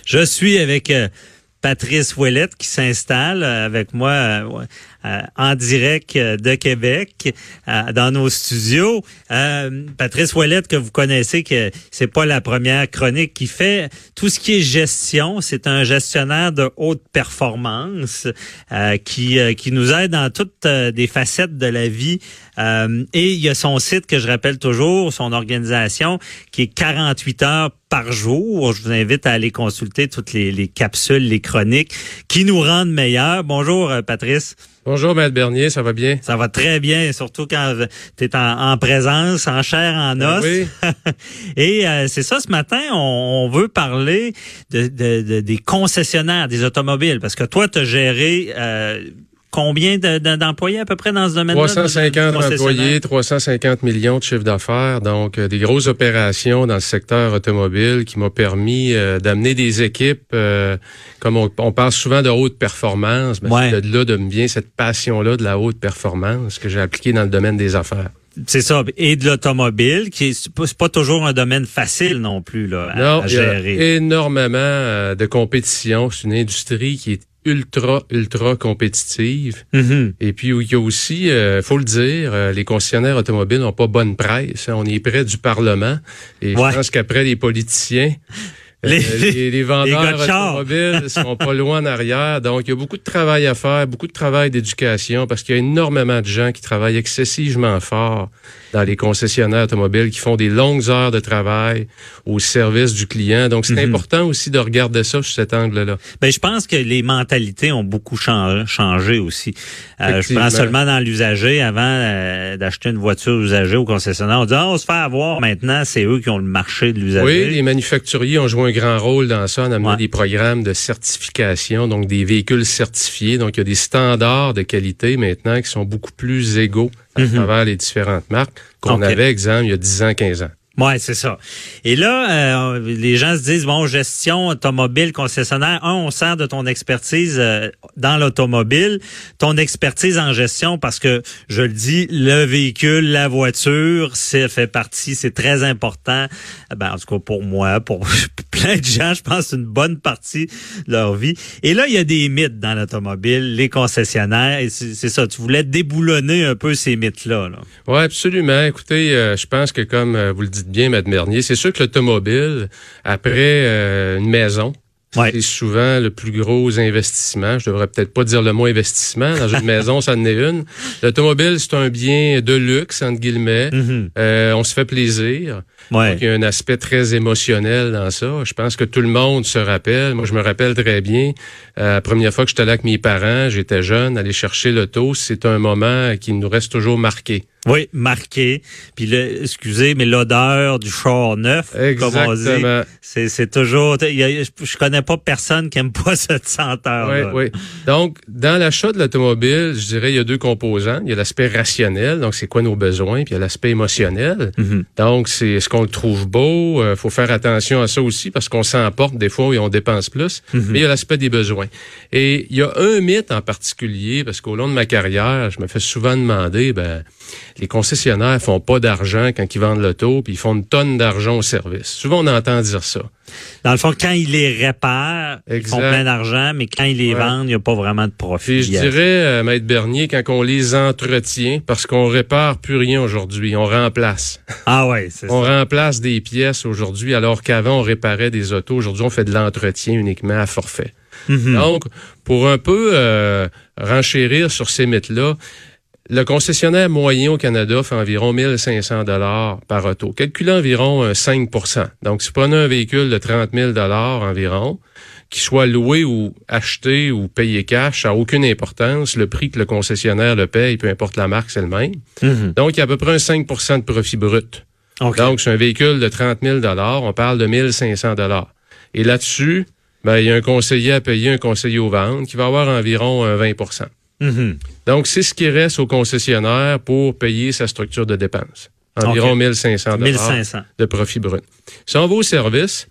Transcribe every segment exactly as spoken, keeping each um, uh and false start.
Je suis avec euh, Patrice Ouellette qui s'installe avec moi euh, euh, en direct de Québec euh, dans nos studios. Euh, Patrice Ouellette que vous connaissez, que c'est pas la première chronique qui fait tout ce qui est gestion. C'est un gestionnaire de haute performance euh, qui euh, qui nous aide dans toutes euh, des facettes de la vie. Euh, et il y a son site que je rappelle toujours, son organisation qui est quarante-huit heures par jour. Je vous invite à aller consulter toutes les, les capsules, les chroniques qui nous rendent meilleurs. Bonjour, Patrice. Bonjour, Maître Bernier, ça va bien? Ça va très bien, surtout quand tu es en, en présence, en chair, en os. Oui. Et euh, c'est ça, ce matin, on, on veut parler de, de, de, des concessionnaires, des automobiles, parce que toi, tu as géré... Euh, Combien de, de, d'employés à peu près dans ce domaine-là? trois cent cinquante employés, trois cent cinquante millions de chiffre d'affaires. Donc, euh, des grosses opérations dans le secteur automobile qui m'ont permis euh, d'amener des équipes, euh, comme on, on parle souvent de haute performance, mais ouais. C'est de là de me vient cette passion-là de la haute performance que j'ai appliquée dans le domaine des affaires. C'est ça, et de l'automobile, qui est pas, c'est pas toujours un domaine facile non plus là, à, non, à gérer. Il y a énormément euh, de compétition. C'est une industrie qui est ultra, ultra compétitive. Mm-hmm. Et puis, il y a aussi, euh, faut le dire, euh, les concessionnaires automobiles n'ont pas bonne presse. Hein. On est près du Parlement. Et ouais. Je pense qu'après les politiciens, les, euh, les, les vendeurs les automobiles sont pas loin en arrière. Donc, il y a beaucoup de travail à faire, beaucoup de travail d'éducation, parce qu'il y a énormément de gens qui travaillent excessivement fort dans les concessionnaires automobiles, qui font des longues heures de travail au service du client. Donc, c'est mm-hmm. important aussi de regarder ça sous cet angle-là. Ben, je pense que les mentalités ont beaucoup changé aussi. Euh, je prends seulement dans l'usager. Avant euh, d'acheter une voiture usagée au concessionnaire, on dit ah, on se fait avoir. Maintenant, c'est eux qui ont le marché de l'usager. Oui, les manufacturiers ont joué un grand rôle dans ça en amenant ouais. des programmes de certification, donc des véhicules certifiés. Donc, il y a des standards de qualité maintenant qui sont beaucoup plus égaux à mm-hmm. travers les différentes marques qu'on okay. avait, exemple, il y a dix ans, quinze ans. Ouais, c'est ça. Et là, euh, les gens se disent, bon, gestion automobile, concessionnaire, un, on sert de ton expertise euh, dans l'automobile, ton expertise en gestion, parce que, je le dis, le véhicule, la voiture, c'est fait partie, c'est très important. Ben, en tout cas, pour moi, pour plein de gens, je pense que c'est une bonne partie de leur vie. Et là, il y a des mythes dans l'automobile, les concessionnaires, et c'est, c'est ça, tu voulais déboulonner un peu ces mythes-là. Là. Oui, absolument. Écoutez, euh, je pense que comme euh, vous le dites bien, Maître Bernier, c'est sûr que l'automobile, après euh, une maison, ouais. c'est souvent le plus gros investissement. Je devrais peut-être pas dire le mot investissement. Dans une maison, ça en est une. L'automobile, c'est un bien de luxe, entre guillemets. Mm-hmm. Euh, on se fait plaisir. Ouais. Donc, il y a un aspect très émotionnel dans ça. Je pense que tout le monde se rappelle. Moi, je me rappelle très bien. Euh, la première fois que j'étais là avec mes parents, j'étais jeune, aller chercher l'auto, c'est un moment qui nous reste toujours marqué. Oui, marqué. Puis le, excusez, mais l'odeur du char neuf, exactement. Comme on dit, c'est, c'est toujours... Y a, je connais pas personne qui aime pas cette senteur-là. Oui, oui. Donc, dans l'achat de l'automobile, je dirais, il y a deux composants. Il y a l'aspect rationnel, donc c'est quoi nos besoins, puis il y a l'aspect émotionnel. Mm-hmm. Donc, c'est est-ce qu'on le trouve beau? Euh, faut faire attention à ça aussi, parce qu'on s'emporte des fois et on dépense plus. Mm-hmm. Mais il y a l'aspect des besoins. Et il y a un mythe en particulier, parce qu'au long de ma carrière, je me fais souvent demander, ben... les concessionnaires font pas d'argent quand ils vendent l'auto, puis ils font une tonne d'argent au service. Souvent, on entend dire ça. Dans le fond, quand ils les réparent, exact. Ils font plein d'argent, mais quand ils les ouais. vendent, il n'y a pas vraiment de profit. Puis je dirais, euh, Maître Bernier, quand on les entretient, parce qu'on répare plus rien aujourd'hui, on remplace. Ah ouais, c'est on ça. On remplace des pièces aujourd'hui, alors qu'avant, on réparait des autos. Aujourd'hui, on fait de l'entretien uniquement à forfait. Mm-hmm. Donc, pour un peu euh, renchérir sur ces mythes-là, le concessionnaire moyen au Canada fait environ mille cinq cents dollars par auto, calculant environ un cinq pour cent. Donc, si vous prenez un véhicule de trente mille dollars environ, qu'il soit loué ou acheté ou payé cash, ça n'a aucune importance. Le prix que le concessionnaire le paye, peu importe la marque, c'est le même. Mm-hmm. Donc, il y a à peu près un cinq pour cent de profit brut. Okay. Donc, c'est un véhicule de trente mille dollars, on parle de mille cinq cents dollars. Et là-dessus, ben, il y a un conseiller à payer, un conseiller aux ventes, qui va avoir environ un vingt pour cent. Mm-hmm. Donc, c'est ce qui reste au concessionnaire pour payer sa structure de dépenses. Environ okay. mille cinq cents dollars de profit brut. Si on va au service... Ben,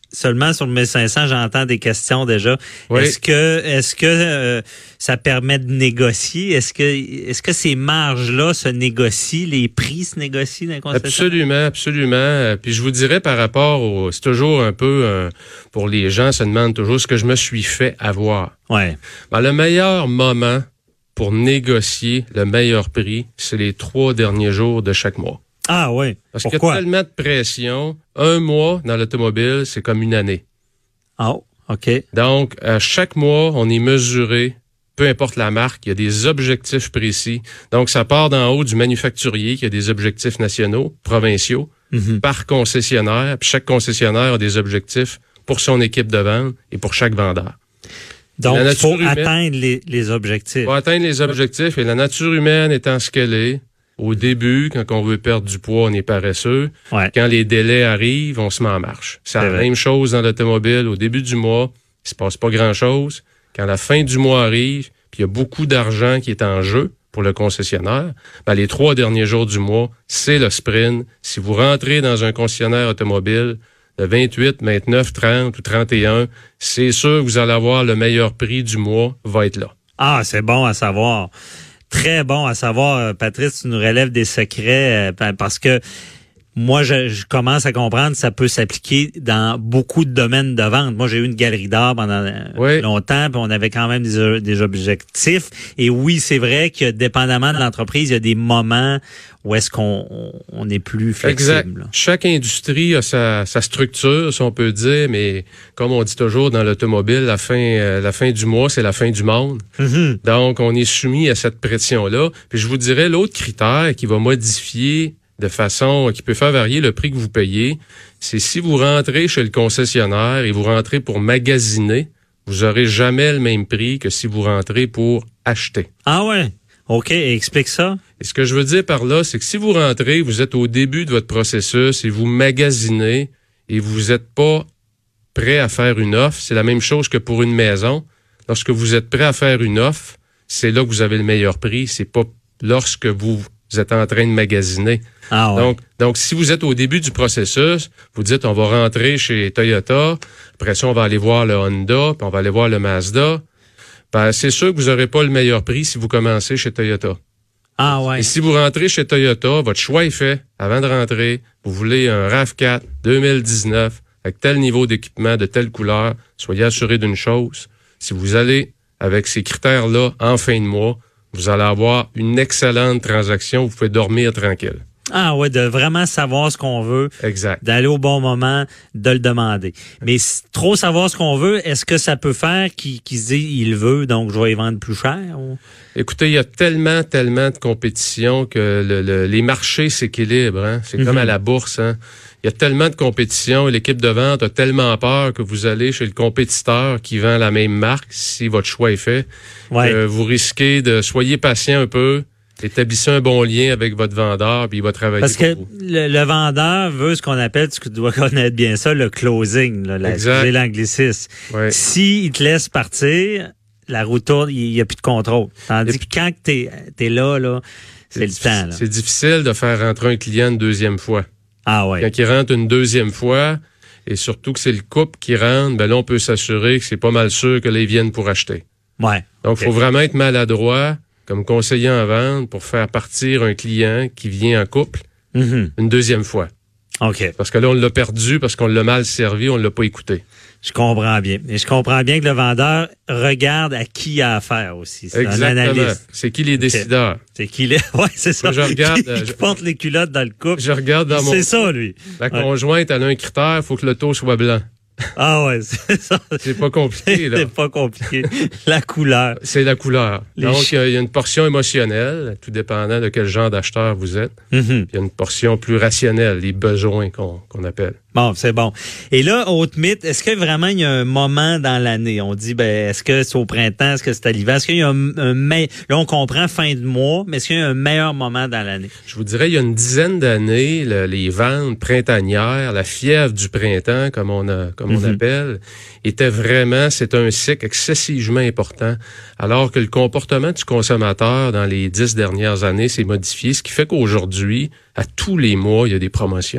seulement sur le mille cinq cents, j'entends des questions déjà. Oui. Est-ce que est-ce que euh, ça permet de négocier? Est-ce que est-ce que ces marges-là se négocient, les prix se négocient dans les concessions? Absolument, absolument. Puis je vous dirais par rapport au... C'est toujours un peu... Euh, pour les gens, se demandent toujours ce que je me suis fait avoir. Ouais. Ben, le meilleur moment pour négocier le meilleur prix, c'est les trois derniers jours de chaque mois. Ah oui. Parce Pourquoi? qu'il y a tellement de pression. Un mois dans l'automobile, c'est comme une année. Oh, OK. Donc, à chaque mois, on est mesuré, peu importe la marque, il y a des objectifs précis. Donc, ça part d'en haut du manufacturier qui a des objectifs nationaux, provinciaux, mm-hmm. par concessionnaire. Puis chaque concessionnaire a des objectifs pour son équipe de vente et pour chaque vendeur. Donc, il faut humaine, atteindre les, les objectifs. Il faut atteindre les objectifs et la nature humaine étant ce qu'elle est, au début, quand on veut perdre du poids, on est paresseux. Ouais. Quand les délais arrivent, on se met en marche. C'est, c'est la vrai. Même chose dans l'automobile. Au début du mois, il se passe pas grand-chose. Quand la fin du mois arrive, puis il y a beaucoup d'argent qui est en jeu pour le concessionnaire, ben les trois derniers jours du mois, c'est le sprint. Si vous rentrez dans un concessionnaire automobile, le vingt-huit, vingt-neuf, trente ou trente et un, c'est sûr que vous allez avoir le meilleur prix du mois, va être là. Ah, c'est bon à savoir. Très bon à savoir, Patrice, tu nous relèves des secrets euh, parce que moi, je, je commence à comprendre que ça peut s'appliquer dans beaucoup de domaines de vente. Moi, j'ai eu une galerie d'art pendant oui. longtemps, puis on avait quand même des, des objectifs. Et oui, c'est vrai que dépendamment de l'entreprise, il y a des moments où est-ce qu'on on, on est plus flexible. Exact. Chaque industrie a sa, sa structure, si on peut dire, mais comme on dit toujours dans l'automobile, la fin, euh, la fin du mois, c'est la fin du monde. Mm-hmm. Donc, on est soumis à cette pression-là. Puis je vous dirais, l'autre critère qui va modifier de façon qui peut faire varier le prix que vous payez, c'est si vous rentrez chez le concessionnaire et vous rentrez pour magasiner, vous aurez jamais le même prix que si vous rentrez pour acheter. Ah ouais? OK, explique ça. Et ce que je veux dire par là, c'est que si vous rentrez, vous êtes au début de votre processus et vous magasinez et vous n'êtes pas prêt à faire une offre, c'est la même chose que pour une maison. Lorsque vous êtes prêt à faire une offre, c'est là que vous avez le meilleur prix. C'est pas lorsque vous Vous êtes en train de magasiner. Ah ouais. Donc, donc, si vous êtes au début du processus, vous dites, on va rentrer chez Toyota, après ça, on va aller voir le Honda, puis on va aller voir le Mazda. Ben, c'est sûr que vous n'aurez pas le meilleur prix si vous commencez chez Toyota. Ah ouais. Et si vous rentrez chez Toyota, votre choix est fait. Avant de rentrer, vous voulez un RAV quatre deux mille dix-neuf avec tel niveau d'équipement, de telle couleur. Soyez assuré d'une chose. Si vous allez avec ces critères-là en fin de mois, vous allez avoir une excellente transaction. Vous pouvez dormir tranquille. Ah ouais, de vraiment savoir ce qu'on veut. Exact. D'aller au bon moment, de le demander. Mais trop savoir ce qu'on veut, est-ce que ça peut faire qu'il, qu'il se dit il veut, donc je vais y vendre plus cher? Ou? Écoutez, il y a tellement, tellement de compétition que le, le, les marchés s'équilibrent. Hein? C'est mm-hmm. comme à la bourse. Hein? Il y a tellement de compétition et l'équipe de vente a tellement peur que vous allez chez le compétiteur qui vend la même marque, si votre choix est fait, ouais. que vous risquez de... Soyez patient un peu, établissez un bon lien avec votre vendeur, puis il va travailler Parce pour que vous. Le, le vendeur veut ce qu'on appelle, tu dois connaître bien ça, le closing, là, la, c'est l'anglicisme. Ouais. S'il te laisse partir, la roue tourne, il n'y a plus de contrôle. Tandis que quand t'es, t'es là, là, c'est, c'est le temps. Là. C'est difficile de faire rentrer un client une deuxième fois. Ah ouais. Quand il rentre une deuxième fois, et surtout que c'est le couple qui rentre, ben là, on peut s'assurer que c'est pas mal sûr que là, ils viennent pour acheter. Ouais. Donc, il okay. faut vraiment être maladroit comme conseiller en vente pour faire partir un client qui vient en couple mm-hmm. une deuxième fois. OK. Parce que là, on l'a perdu parce qu'on l'a mal servi, on l'a pas écouté. Je comprends bien. Et je comprends bien que le vendeur regarde à qui il a affaire aussi. C'est exactement. Un analyste. C'est qui les décideurs. C'est qui les... Ouais, c'est ça. Moi, je regarde... qui, qui porte les culottes dans le couple. Je regarde dans mon... C'est ça, lui. La ouais. conjointe, elle a un critère, il faut que le taux soit blanc. Ah ouais, c'est ça. C'est pas compliqué, là. C'est pas compliqué. La couleur. C'est la couleur. Les Donc, ch- il y, y a une portion émotionnelle, tout dépendant de quel genre d'acheteur vous êtes. Mm-hmm. Il y a une portion plus rationnelle, les besoins qu'on, qu'on appelle. Bon, c'est bon. Et là, autre mythe, est-ce que vraiment il y a un moment dans l'année? On dit, ben, est-ce que c'est au printemps, est-ce que c'est à l'hiver? Est-ce qu'il y a un, un me... là, on comprend fin de mois, mais est-ce qu'il y a un meilleur moment dans l'année? Je vous dirais, il y a une dizaine d'années, le, les ventes printanières, la fièvre du printemps, comme on a, comme mm-hmm. on appelle, était vraiment, c'est un cycle excessivement important, alors que le comportement du consommateur dans les dix dernières années s'est modifié, ce qui fait qu'aujourd'hui, à tous les mois, il y a des promotions.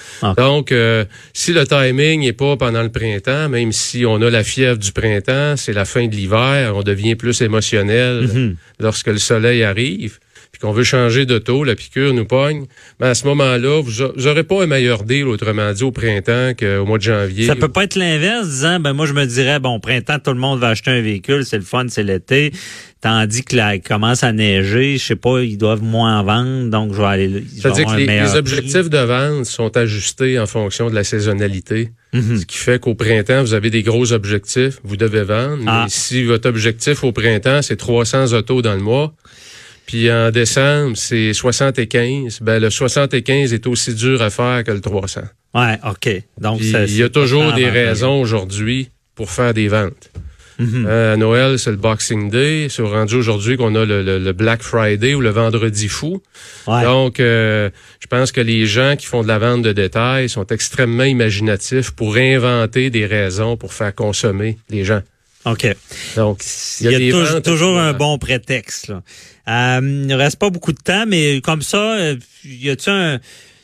Okay. Donc, euh, si le timing n'est pas pendant le printemps, même si on a la fièvre du printemps, c'est la fin de l'hiver, on devient plus émotionnel mm-hmm. lorsque le soleil arrive, puis qu'on veut changer d'auto, la piqûre nous pogne, ben à ce moment-là, vous n'aurez pas un meilleur deal, autrement dit, au printemps qu'au mois de janvier. Ça peut pas être l'inverse, disant, ben moi je me dirais, bon, au printemps, tout le monde va acheter un véhicule, c'est le fun, c'est l'été. Tandis que là, il commence à neiger, je sais pas, ils doivent moins en vendre, donc je vais aller. C'est-à-dire que les, les objectifs de vente sont ajustés en fonction de la saisonnalité. Mm-hmm. Ce qui fait qu'au printemps, vous avez des gros objectifs, vous devez vendre. Ah. Mais si votre objectif au printemps, c'est trois cents autos dans le mois, puis en décembre, c'est soixante-quinze, ben le soixante-quinze est aussi dur à faire que le trois cents. Ouais, OK. Donc puis, il y a toujours des raisons aujourd'hui pour faire des ventes. Mm-hmm. Euh, à Noël, c'est le Boxing Day. C'est rendu aujourd'hui qu'on a le, le, le Black Friday ou le Vendredi fou. Ouais. Donc, euh, je pense que les gens qui font de la vente de détail sont extrêmement imaginatifs pour inventer des raisons pour faire consommer les gens. OK. Donc, il y a, il y a toujours, toujours un bon prétexte. Là. Euh, il ne reste pas beaucoup de temps, mais comme ça, y a-t-il un,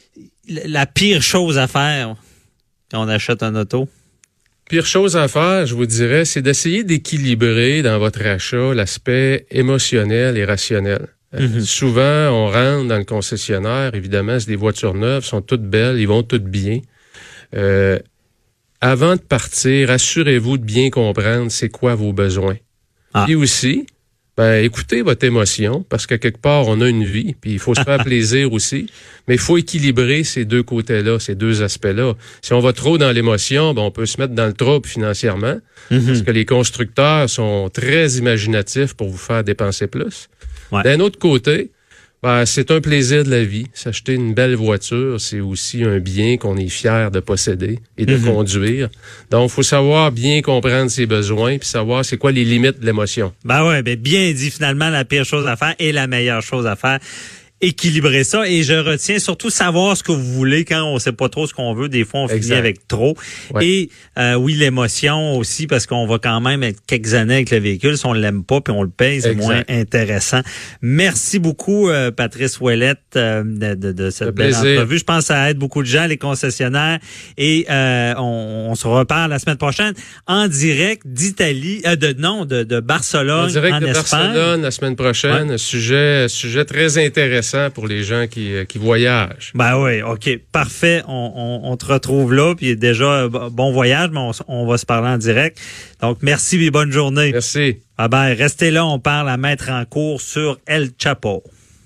la pire chose à faire quand on achète un auto? Pire chose à faire, je vous dirais, c'est d'essayer d'équilibrer dans votre achat l'aspect émotionnel et rationnel. Mm-hmm. Euh, souvent, on rentre dans le concessionnaire, évidemment, c'est des voitures neuves, sont toutes belles, ils vont toutes bien. Euh, avant de partir, assurez-vous de bien comprendre c'est quoi vos besoins. Ah. Et aussi, ben, écoutez votre émotion, parce qu'à quelque part, on a une vie, puis il faut se faire plaisir aussi. Mais il faut équilibrer ces deux côtés-là, ces deux aspects-là. Si on va trop dans l'émotion, ben, on peut se mettre dans le trouble financièrement, mm-hmm. parce que les constructeurs sont très imaginatifs pour vous faire dépenser plus. Ouais. D'un autre côté, ben, c'est un plaisir de la vie. S'acheter une belle voiture, c'est aussi un bien qu'on est fier de posséder et de mm-hmm. conduire. Donc, il faut savoir bien comprendre ses besoins puis savoir c'est quoi les limites de l'émotion. Ben ouais, ben bien dit, finalement, la pire chose à faire et la meilleure chose à faire. Équilibrer ça, et je retiens surtout savoir ce que vous voulez quand on sait pas trop ce qu'on veut. Des fois, on exact. Finit avec trop. Ouais. Et euh, oui, l'émotion aussi, parce qu'on va quand même être quelques années avec le véhicule. Si on l'aime pas puis on le paye, c'est exact. Moins intéressant. Merci beaucoup, euh, Patrice Ouellette, euh, de, de, de cette belle entrevue. Je pense que ça aide beaucoup de gens, les concessionnaires. Et euh, on, on se reparle la semaine prochaine en direct d'Italie, euh, de non, de, de Barcelone, en direct en de Espagne. Barcelone la semaine prochaine. Ouais. Sujet, sujet très intéressant pour les gens qui, qui voyagent. Ben oui, OK, parfait. On, on, on te retrouve là, puis déjà, bon voyage, mais on, on va se parler en direct. Donc, merci et bonne journée. Merci. Ah ben, restez là, on parle à mettre en cours sur El Chapo.